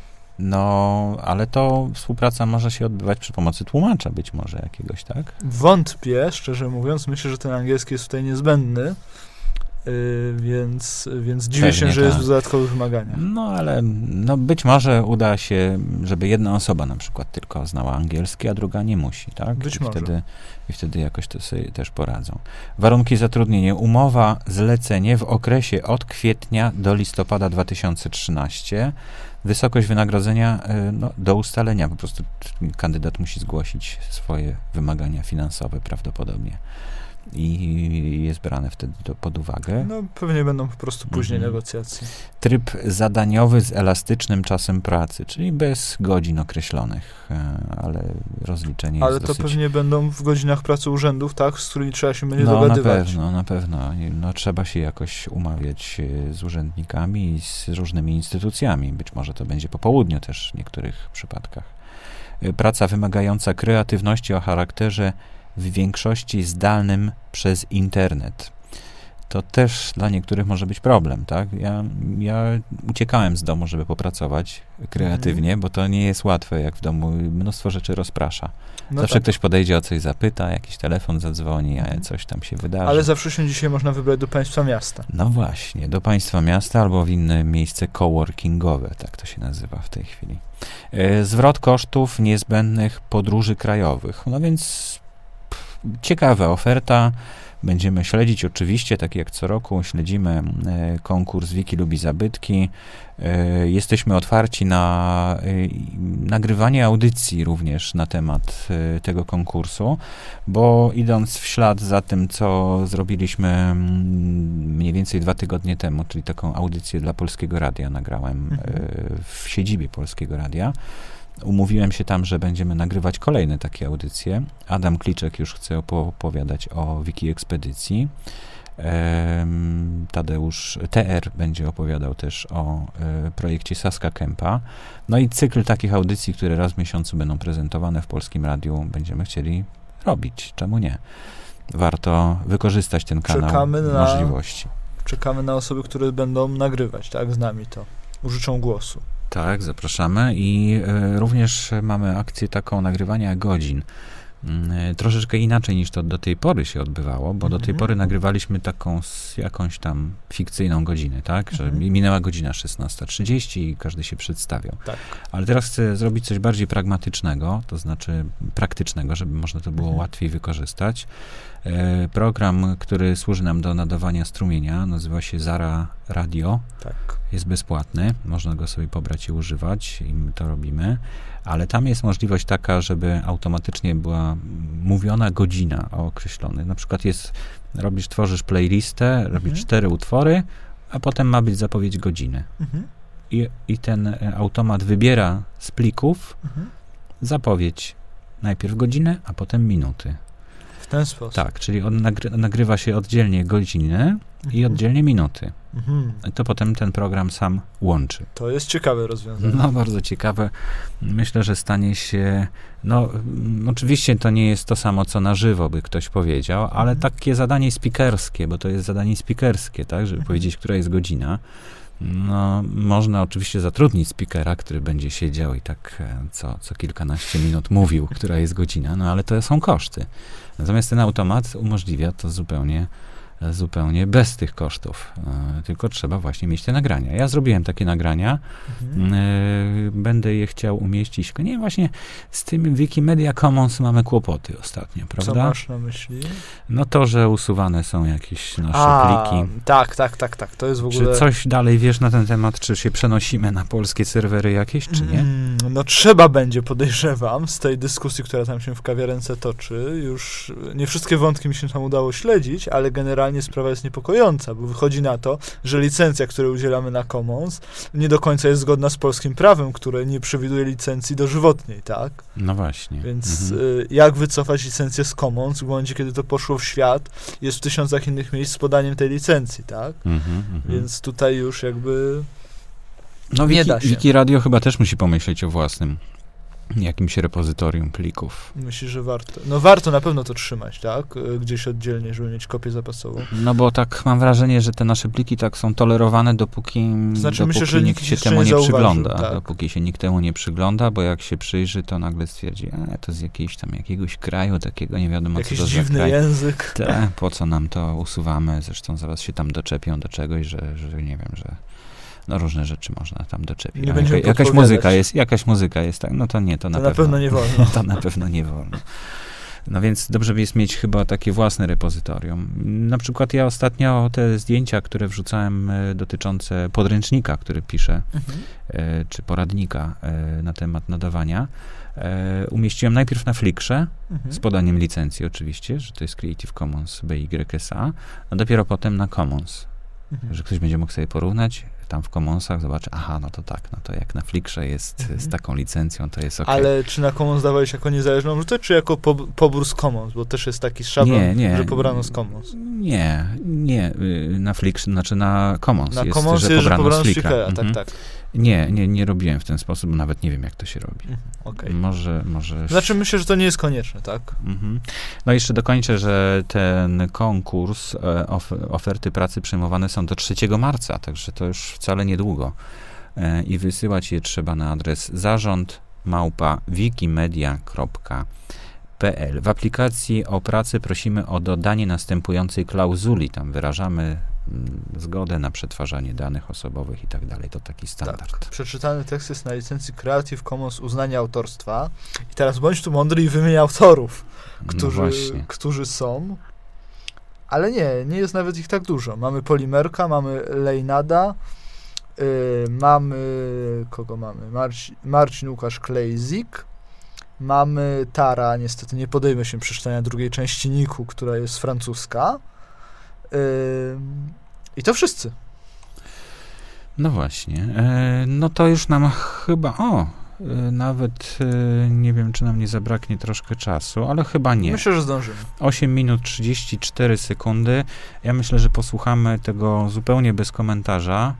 A: No, ale to współpraca może się odbywać przy pomocy tłumacza być może jakiegoś, tak?
B: Wątpię, szczerze mówiąc. Myślę, że ten angielski jest tutaj niezbędny, więc dziwię
A: Pewnie
B: się, że jest
A: tak.
B: w dodatkowych wymaganiach.
A: No, ale być może uda się, żeby jedna osoba na przykład tylko znała angielski, a druga nie musi, tak?
B: Być może.
A: I wtedy jakoś to sobie też poradzą. Warunki zatrudnienia. Umowa, zlecenie w okresie od kwietnia do listopada 2013. Wysokość wynagrodzenia do ustalenia. Po prostu kandydat musi zgłosić swoje wymagania finansowe prawdopodobnie. I jest brane wtedy pod uwagę.
B: No pewnie będą po prostu później negocjacje.
A: Tryb zadaniowy z elastycznym czasem pracy, czyli bez godzin określonych, ale rozliczenie
B: Ale
A: jest
B: to
A: dosyć...
B: pewnie będą w godzinach pracy urzędów, tak, z którymi trzeba się będzie dogadywać.
A: Na pewno. No, trzeba się jakoś umawiać z urzędnikami i z różnymi instytucjami. Być może to będzie po południu też w niektórych przypadkach. Praca wymagająca kreatywności o charakterze w większości zdalnym przez internet. To też dla niektórych może być problem, tak? Ja uciekałem z domu, żeby popracować kreatywnie, bo to nie jest łatwe, jak w domu mnóstwo rzeczy rozprasza.
B: No
A: zawsze
B: tak.
A: ktoś podejdzie, o coś zapyta, jakiś telefon zadzwoni, a coś tam się wydarzy.
B: Ale zawsze się dzisiaj można wybrać do państwa miasta.
A: No właśnie, do państwa miasta albo w inne miejsce coworkingowe, tak to się nazywa w tej chwili. Zwrot kosztów niezbędnych podróży krajowych. No więc ciekawa oferta. Będziemy śledzić oczywiście, tak jak co roku, śledzimy konkurs Wiki lubi zabytki. Jesteśmy otwarci na nagrywanie audycji również na temat tego konkursu, bo idąc w ślad za tym, co zrobiliśmy mniej więcej 2 tygodnie temu, czyli taką audycję dla Polskiego Radia nagrałem w siedzibie Polskiego Radia. Umówiłem się tam, że będziemy nagrywać kolejne takie audycje. Adam Kliczek już chce opowiadać o Wiki Ekspedycji. Tadeusz TR będzie opowiadał też o projekcie Saska Kępa. No i cykl takich audycji, które raz w miesiącu będą prezentowane w Polskim Radiu, będziemy chcieli robić. Czemu nie? warto wykorzystać ten kanał możliwości.
B: Czekamy na osoby, które będą nagrywać, tak, z nami to. Użyczą głosu.
A: Tak, zapraszamy i również mamy akcję taką nagrywania godzin. Troszeczkę inaczej niż to do tej pory się odbywało, bo do tej pory nagrywaliśmy taką jakąś tam fikcyjną godzinę, tak? Że minęła godzina 16:30 i każdy się przedstawiał.
B: Tak.
A: Ale teraz chcę zrobić coś bardziej pragmatycznego, to znaczy praktycznego, żeby można to było łatwiej wykorzystać. Program, który służy nam do nadawania strumienia, nazywa się Zara Radio.
B: Tak.
A: Jest bezpłatny, można go sobie pobrać i używać i my to robimy, ale tam jest możliwość taka, żeby automatycznie była mówiona godzina określona. Na przykład tworzysz playlistę, robisz 4 utwory, a potem ma być zapowiedź godziny. I ten automat wybiera z plików zapowiedź najpierw godzinę, a potem minuty.
B: W ten sposób.
A: Tak, czyli on nagrywa się oddzielnie godziny i oddzielnie minuty. To potem ten program sam łączy.
B: To jest ciekawe rozwiązanie.
A: No, bardzo ciekawe. Myślę, że stanie się, oczywiście to nie jest to samo, co na żywo by ktoś powiedział, ale takie zadanie speakerskie, bo to jest zadanie speakerskie, tak, żeby powiedzieć, która jest godzina. No, można oczywiście zatrudnić speakera, który będzie siedział i tak co kilkanaście minut mówił, która jest godzina, no ale to są koszty. Natomiast ten automat umożliwia to zupełnie bez tych kosztów. Tylko trzeba właśnie mieć te nagrania. Ja zrobiłem takie nagrania. Będę je chciał umieścić. Nie, właśnie z tym Wikimedia Commons mamy kłopoty ostatnio, prawda?
B: Co masz na myśli?
A: No to, że usuwane są jakieś nasze pliki.
B: Tak. To jest w ogóle...
A: Czy coś dalej wiesz na ten temat? Czy się przenosimy na polskie serwery jakieś, czy nie?
B: No trzeba będzie, podejrzewam, z tej dyskusji, która tam się w kawiarence toczy. Już nie wszystkie wątki mi się tam udało śledzić, ale generalnie sprawa jest niepokojąca, bo wychodzi na to, że licencja, której udzielamy na Commons, nie do końca jest zgodna z polskim prawem, które nie przewiduje licencji dożywotniej, tak?
A: No właśnie.
B: Więc jak wycofać licencję z Commons w momencie, kiedy to poszło w świat, jest w tysiącach innych miejsc z podaniem tej licencji, tak? Więc tutaj już jakby nie da się.
A: Wikiradio chyba też musi pomyśleć o własnym jakimś repozytorium plików.
B: Myślę, że warto. No warto na pewno to trzymać, tak? Gdzieś oddzielnie, żeby mieć kopię zapasową.
A: No bo tak mam wrażenie, że te nasze pliki tak są tolerowane, dopóki
B: myślę, że
A: nikt się temu nie przygląda.
B: Tak.
A: Dopóki się nikt temu nie przygląda, bo jak się przyjrzy, to nagle stwierdzi, to z jakiegoś kraju takiego, nie wiadomo
B: jakiś
A: co to
B: dziwny
A: za kraj.
B: język.
A: Po co nam to usuwamy? Zresztą zaraz się tam doczepią do czegoś, że nie wiem, że różne rzeczy można tam doczepić. Jakaś muzyka jest, tak? No to nie, to na
B: pewno nie wolno.
A: To na pewno nie wolno. No więc dobrze jest mieć chyba takie własne repozytorium. Na przykład ja ostatnio te zdjęcia, które wrzucałem dotyczące podręcznika, który piszę, czy poradnika na temat nadawania, umieściłem najpierw na Flickrze, z podaniem licencji oczywiście, że to jest Creative Commons BYSA, a dopiero potem na Commons. Że ktoś będzie mógł sobie porównać, tam w Commonsach zobaczy, no to jak na Flickrze jest z taką licencją, to jest okej.
B: Ale czy na Commons dawałeś jako niezależną rzutę, czy jako pobór z Commons? Bo też jest taki szablon, że pobrano z Commons.
A: Nie, na Flickrze, znaczy na Commons
B: na
A: jest,
B: Commons
A: że pobrano z Flickra.
B: Tak.
A: Nie robiłem w ten sposób, nawet nie wiem, jak to się robi.
B: Okay.
A: Może...
B: Znaczy myślę, że to nie jest konieczne, tak?
A: No jeszcze dokończę, że ten konkurs, oferty pracy przyjmowane są do 3 marca, także to już wcale niedługo. I wysyłać je trzeba na adres zarząd@wikimedia.pl. W aplikacji o pracę prosimy o dodanie następującej klauzuli. Tam wyrażamy zgodę na przetwarzanie danych osobowych i tak dalej. To taki standard.
B: Tak. Przeczytany tekst jest na licencji Creative Commons uznania autorstwa. I teraz bądź tu mądry i wymień autorów, którzy są. Ale nie jest nawet ich tak dużo. Mamy Polimerka, mamy Lejnada, kogo mamy? Marcin Łukasz Klejzik, mamy Tara, niestety nie podejmę się przeczytania drugiej części Niku, która jest francuska. I to wszyscy.
A: No właśnie. No to już nam chyba... nawet nie wiem, czy nam nie zabraknie troszkę czasu, ale chyba nie.
B: Myślę, że zdążymy.
A: 8 minut 34 sekundy. Ja myślę, że posłuchamy tego zupełnie bez komentarza.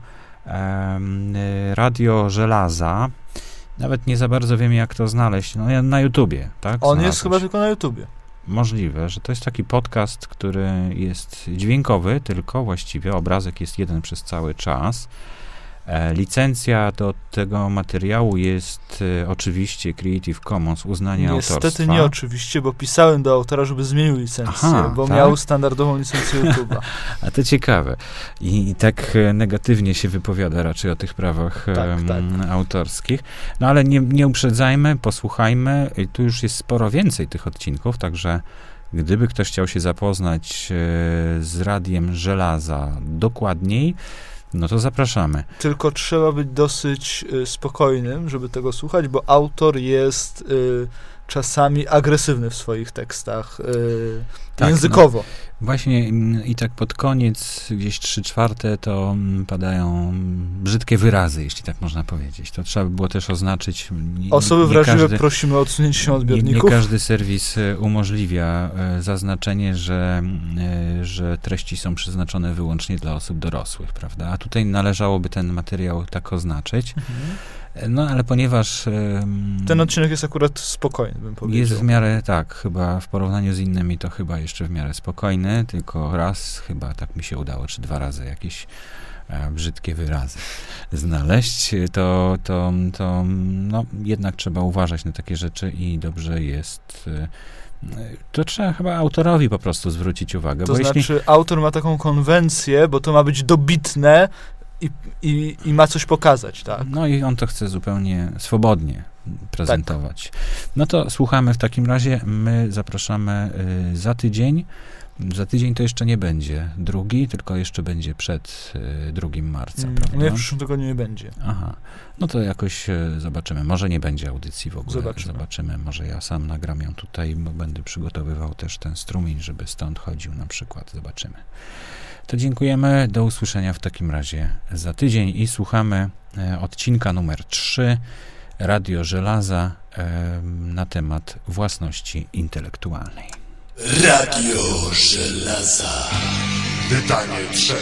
A: Radio Żelaza. Nawet nie za bardzo wiem, jak to znaleźć. No, na YouTubie, tak?
B: On jest chyba tylko na YouTubie.
A: możliwe, że to jest taki podcast, który jest dźwiękowy tylko właściwie, obrazek jest jeden przez cały czas. Licencja do tego materiału jest oczywiście Creative Commons, uznanie autorstwa.
B: Niestety nie oczywiście, bo pisałem do autora, żeby zmienił licencję, bo miał standardową licencję YouTube'a.
A: A to ciekawe. I tak negatywnie się wypowiada raczej o tych prawach autorskich. No ale nie uprzedzajmy, posłuchajmy. I tu już jest sporo więcej tych odcinków, także gdyby ktoś chciał się zapoznać z Radiem Żelaza dokładniej, no to zapraszamy.
B: Tylko trzeba być dosyć spokojnym, żeby tego słuchać, bo autor jest czasami agresywny w swoich tekstach językowo.
A: No, właśnie i tak pod koniec, gdzieś 3/4 to padają brzydkie wyrazy, jeśli tak można powiedzieć. To trzeba by było też oznaczyć.
B: Osoby wrażliwe prosimy o odsunięcie się odbiorników.
A: Nie każdy serwis umożliwia zaznaczenie, że treści są przeznaczone wyłącznie dla osób dorosłych, prawda? A tutaj należałoby ten materiał tak oznaczyć. No, ale ponieważ...
B: ten odcinek jest akurat spokojny, bym powiedział.
A: Jest w miarę, tak, chyba w porównaniu z innymi to chyba jeszcze w miarę spokojny, tylko raz chyba tak mi się udało, czy 2 razy jakieś brzydkie wyrazy znaleźć, to no, jednak trzeba uważać na takie rzeczy i dobrze jest... To trzeba chyba autorowi po prostu zwrócić uwagę.
B: To znaczy, autor ma taką konwencję, bo to ma być dobitne, i ma coś pokazać, tak?
A: No i on to chce zupełnie swobodnie prezentować. Tak. No to słuchamy w takim razie. My zapraszamy za tydzień. Za tydzień to jeszcze nie będzie 2, tylko jeszcze będzie przed 2 marca, prawda?
B: Nie, w przyszłym tygodniu nie będzie.
A: Aha. No to jakoś zobaczymy. Może nie będzie audycji w ogóle. Zobaczymy. Może ja sam nagram ją tutaj, bo będę przygotowywał też ten strumień, żeby stąd chodził na przykład. Zobaczymy. To dziękujemy. Do usłyszenia w takim razie za tydzień i słuchamy odcinka numer 3 Radio Żelaza na temat własności intelektualnej.
C: Radio Żelaza. Wydanie 3.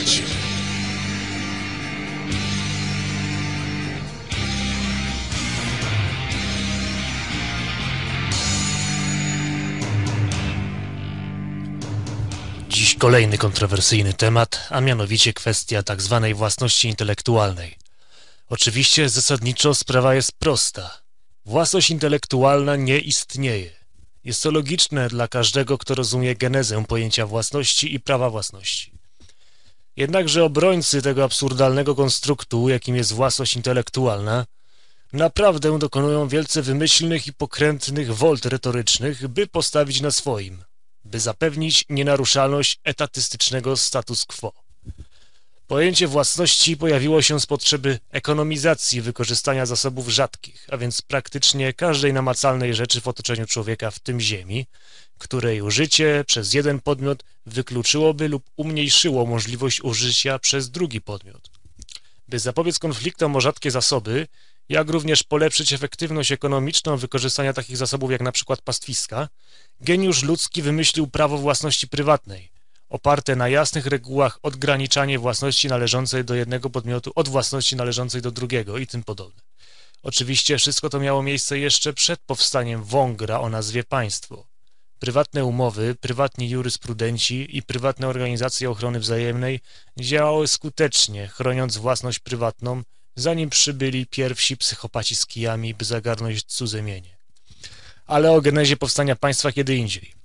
C: Dziś kolejny kontrowersyjny temat, a mianowicie kwestia tak zwanej własności intelektualnej. Oczywiście zasadniczo sprawa jest prosta. Własność intelektualna nie istnieje. Jest to logiczne dla każdego, kto rozumie genezę pojęcia własności i prawa własności. Jednakże obrońcy tego absurdalnego konstruktu, jakim jest własność intelektualna, naprawdę dokonują wielce wymyślnych i pokrętnych wolt retorycznych, by postawić na swoim, by zapewnić nienaruszalność etatystycznego status quo. Pojęcie własności pojawiło się z potrzeby ekonomizacji wykorzystania zasobów rzadkich, a więc praktycznie każdej namacalnej rzeczy w otoczeniu człowieka, w tym ziemi, której użycie przez jeden podmiot wykluczyłoby lub umniejszyło możliwość użycia przez drugi podmiot. By zapobiec konfliktom o rzadkie zasoby, jak również polepszyć efektywność ekonomiczną wykorzystania takich zasobów jak na przykład pastwiska, geniusz ludzki wymyślił prawo własności prywatnej, oparte na jasnych regułach odgraniczanie własności należącej do jednego podmiotu od własności należącej do drugiego i tym podobne. Oczywiście wszystko to miało miejsce jeszcze przed powstaniem wągra o nazwie państwo. Prywatne umowy, prywatni jurysprudenci i prywatne organizacje ochrony wzajemnej działały skutecznie, chroniąc własność prywatną, zanim przybyli pierwsi psychopaci z kijami, by zagarnąć cudze mienie. Ale o genezie powstania państwa kiedy indziej.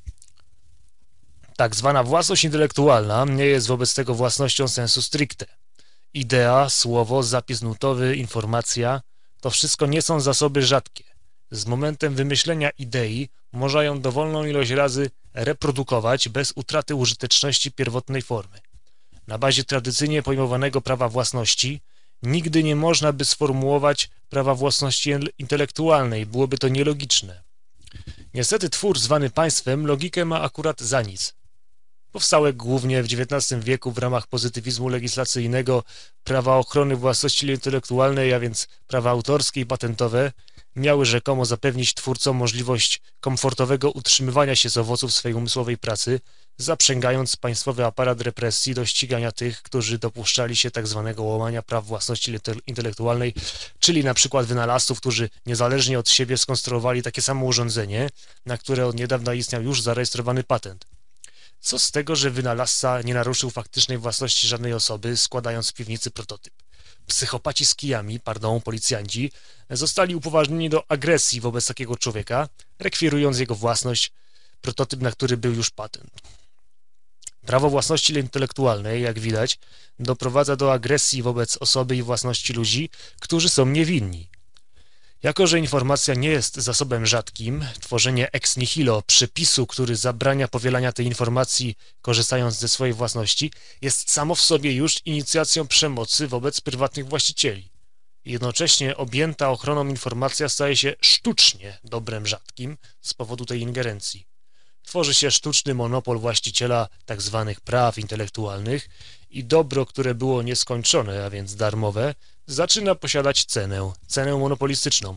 C: Tak zwana własność intelektualna nie jest wobec tego własnością sensu stricte. Idea, słowo, zapis nutowy, informacja to wszystko nie są zasoby rzadkie. Z momentem wymyślenia idei można ją dowolną ilość razy reprodukować bez utraty użyteczności pierwotnej formy. Na bazie tradycyjnie pojmowanego prawa własności nigdy nie można by sformułować prawa własności intelektualnej, byłoby to nielogiczne. Niestety twór zwany państwem logikę ma akurat za nic. Powstałe głównie w XIX wieku w ramach pozytywizmu legislacyjnego prawa ochrony własności intelektualnej, a więc prawa autorskie i patentowe, miały rzekomo zapewnić twórcom możliwość komfortowego utrzymywania się z owoców swej umysłowej pracy, zaprzęgając państwowy aparat represji do ścigania tych, którzy dopuszczali się tzw. łamania praw własności intelektualnej, czyli na przykład wynalazców, którzy niezależnie od siebie skonstruowali takie samo urządzenie, na które od niedawna istniał już zarejestrowany patent. Co z tego, że wynalazca nie naruszył faktycznej własności żadnej osoby, składając w piwnicy prototyp? Psychopaci z kijami, policjanci, zostali upoważnieni do agresji wobec takiego człowieka, rekwirując jego własność, prototyp, na który był już patent. Prawo własności intelektualnej, jak widać, doprowadza do agresji wobec osoby i własności ludzi, którzy są niewinni. Jako że informacja nie jest zasobem rzadkim, tworzenie ex nihilo przepisu, który zabrania powielania tej informacji korzystając ze swojej własności, jest samo w sobie już inicjacją przemocy wobec prywatnych właścicieli. Jednocześnie objęta ochroną informacja staje się sztucznie dobrem rzadkim z powodu tej ingerencji. Tworzy się sztuczny monopol właściciela tzw. praw intelektualnych i dobro, które było nieskończone, a więc darmowe, zaczyna posiadać cenę monopolistyczną.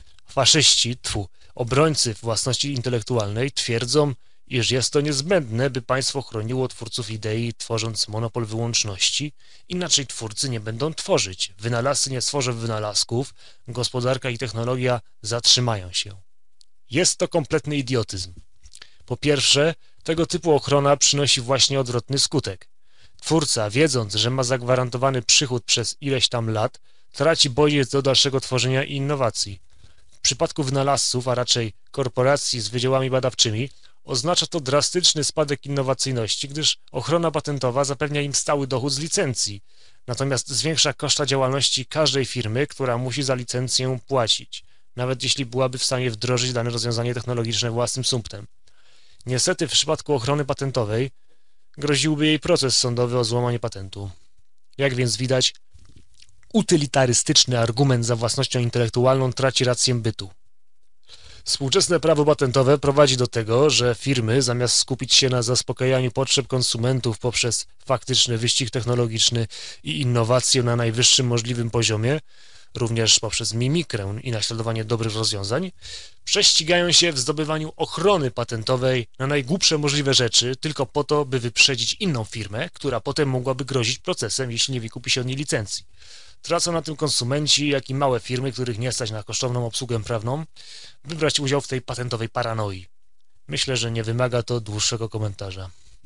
C: Obrońcy własności intelektualnej twierdzą, iż jest to niezbędne, by państwo chroniło twórców idei, tworząc monopol wyłączności, inaczej twórcy nie będą tworzyć, wynalazcy nie stworzą wynalazków, gospodarka i technologia zatrzymają się. Jest to kompletny idiotyzm. Po pierwsze, tego typu ochrona przynosi właśnie odwrotny skutek. Twórca, wiedząc, że ma zagwarantowany przychód przez ileś tam lat, traci bodziec do dalszego tworzenia i innowacji. W przypadku wynalazców, a raczej korporacji z wydziałami badawczymi, oznacza to drastyczny spadek innowacyjności, gdyż ochrona patentowa zapewnia im stały dochód z licencji, natomiast zwiększa koszta działalności każdej firmy, która musi za licencję płacić, nawet jeśli byłaby w stanie wdrożyć dane rozwiązanie technologiczne własnym sumptem. Niestety w przypadku ochrony patentowej groziłby jej proces sądowy o złamanie patentu. Jak więc widać, utylitarystyczny argument za własnością intelektualną traci rację bytu. Współczesne prawo patentowe prowadzi do tego, że firmy, zamiast skupić się na zaspokajaniu potrzeb konsumentów poprzez faktyczny wyścig technologiczny i innowacje na najwyższym możliwym poziomie, również poprzez mimikrę i naśladowanie dobrych rozwiązań, prześcigają się w zdobywaniu ochrony patentowej na najgłupsze możliwe rzeczy, tylko po to, by wyprzedzić inną firmę, która potem mogłaby grozić procesem, jeśli nie wykupi się od niej licencji. Tracą na tym konsumenci, jak i małe firmy, których nie stać na kosztowną obsługę prawną, by brać udział w tej patentowej paranoi. Myślę, że nie wymaga to dłuższego komentarza.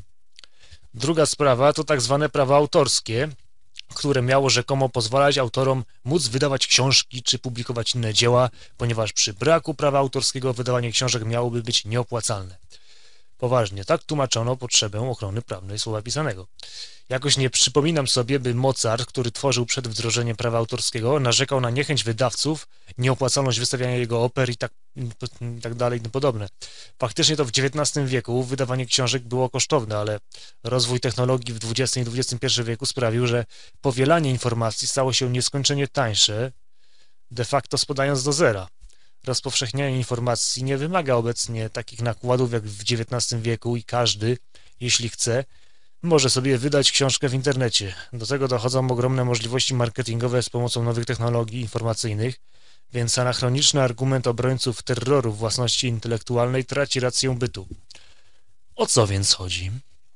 C: Druga sprawa to tak zwane prawa autorskie, które miało rzekomo pozwalać autorom móc wydawać książki czy publikować inne dzieła, ponieważ przy braku prawa autorskiego wydawanie książek miałoby być nieopłacalne. Poważnie, tak tłumaczono potrzebę ochrony prawnej słowa pisanego. Jakoś nie przypominam sobie, by Mozart, który tworzył przed wdrożeniem prawa autorskiego, narzekał na niechęć wydawców, nieopłacalność wystawiania jego oper i tak dalej i tym podobne. Faktycznie to w XIX wieku wydawanie książek było kosztowne, ale rozwój technologii w XX i XXI wieku sprawił, że powielanie informacji stało się nieskończenie tańsze, de facto spadając do zera. Rozpowszechnianie informacji nie wymaga obecnie takich nakładów jak w XIX wieku i każdy, jeśli chce, może sobie wydać książkę w internecie. Do tego dochodzą ogromne możliwości marketingowe z pomocą nowych technologii informacyjnych, więc anachroniczny argument obrońców terroru własności intelektualnej traci rację bytu. O co więc chodzi?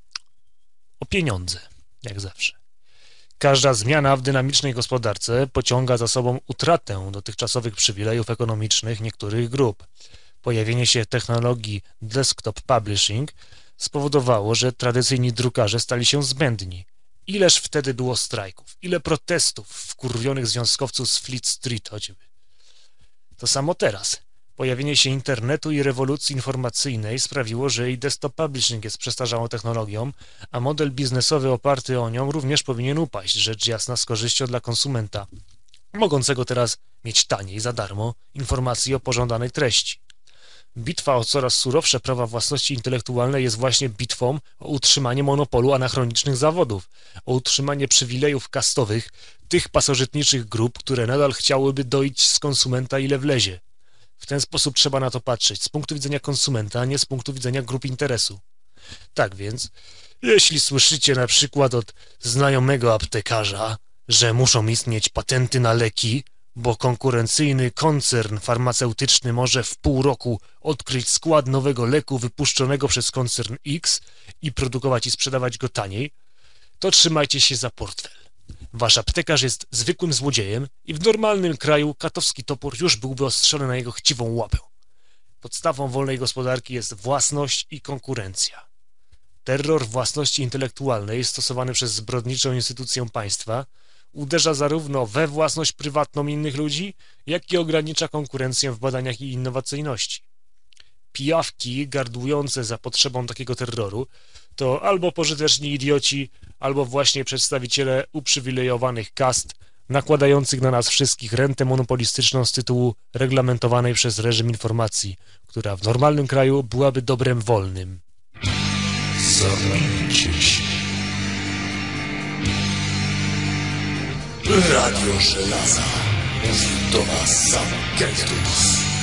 C: O pieniądze, jak zawsze. Każda zmiana w dynamicznej gospodarce pociąga za sobą utratę dotychczasowych przywilejów ekonomicznych niektórych grup. Pojawienie się technologii desktop publishing spowodowało, że tradycyjni drukarze stali się zbędni. Ileż wtedy było strajków, ile protestów wkurwionych związkowców z Fleet Street choćby. To samo teraz. Pojawienie się internetu i rewolucji informacyjnej sprawiło, że i desktop publishing jest przestarzałą technologią, a model biznesowy oparty o nią również powinien upaść, rzecz jasna z korzyścią dla konsumenta, mogącego teraz mieć taniej, za darmo, informacje o pożądanej treści. Bitwa o coraz surowsze prawa własności intelektualnej jest właśnie bitwą o utrzymanie monopolu anachronicznych zawodów, o utrzymanie przywilejów kastowych tych pasożytniczych grup, które nadal chciałyby doić z konsumenta ile wlezie. W ten sposób trzeba na to patrzeć, z punktu widzenia konsumenta, a nie z punktu widzenia grup interesu. Tak więc, jeśli słyszycie na przykład od znajomego aptekarza, że muszą istnieć patenty na leki, bo konkurencyjny koncern farmaceutyczny może w pół roku odkryć skład nowego leku wypuszczonego przez koncern X i produkować i sprzedawać go taniej, to trzymajcie się za portfel. Wasz aptekarz jest zwykłym złodziejem i w normalnym kraju katowski topór już byłby ostrzony na jego chciwą łapę. Podstawą wolnej gospodarki jest własność i konkurencja. Terror własności intelektualnej stosowany przez zbrodniczą instytucję państwa uderza zarówno we własność prywatną innych ludzi, jak i ogranicza konkurencję w badaniach i innowacyjności. Pijawki gardłujące za potrzebą takiego terroru to albo pożyteczni idioci, albo właśnie przedstawiciele uprzywilejowanych kast nakładających na nas wszystkich rentę monopolistyczną z tytułu reglamentowanej przez reżim informacji, która w normalnym kraju byłaby dobrem wolnym.
D: Zamknijcie się. Radio Żelaza. Mówił do was sam Gentus.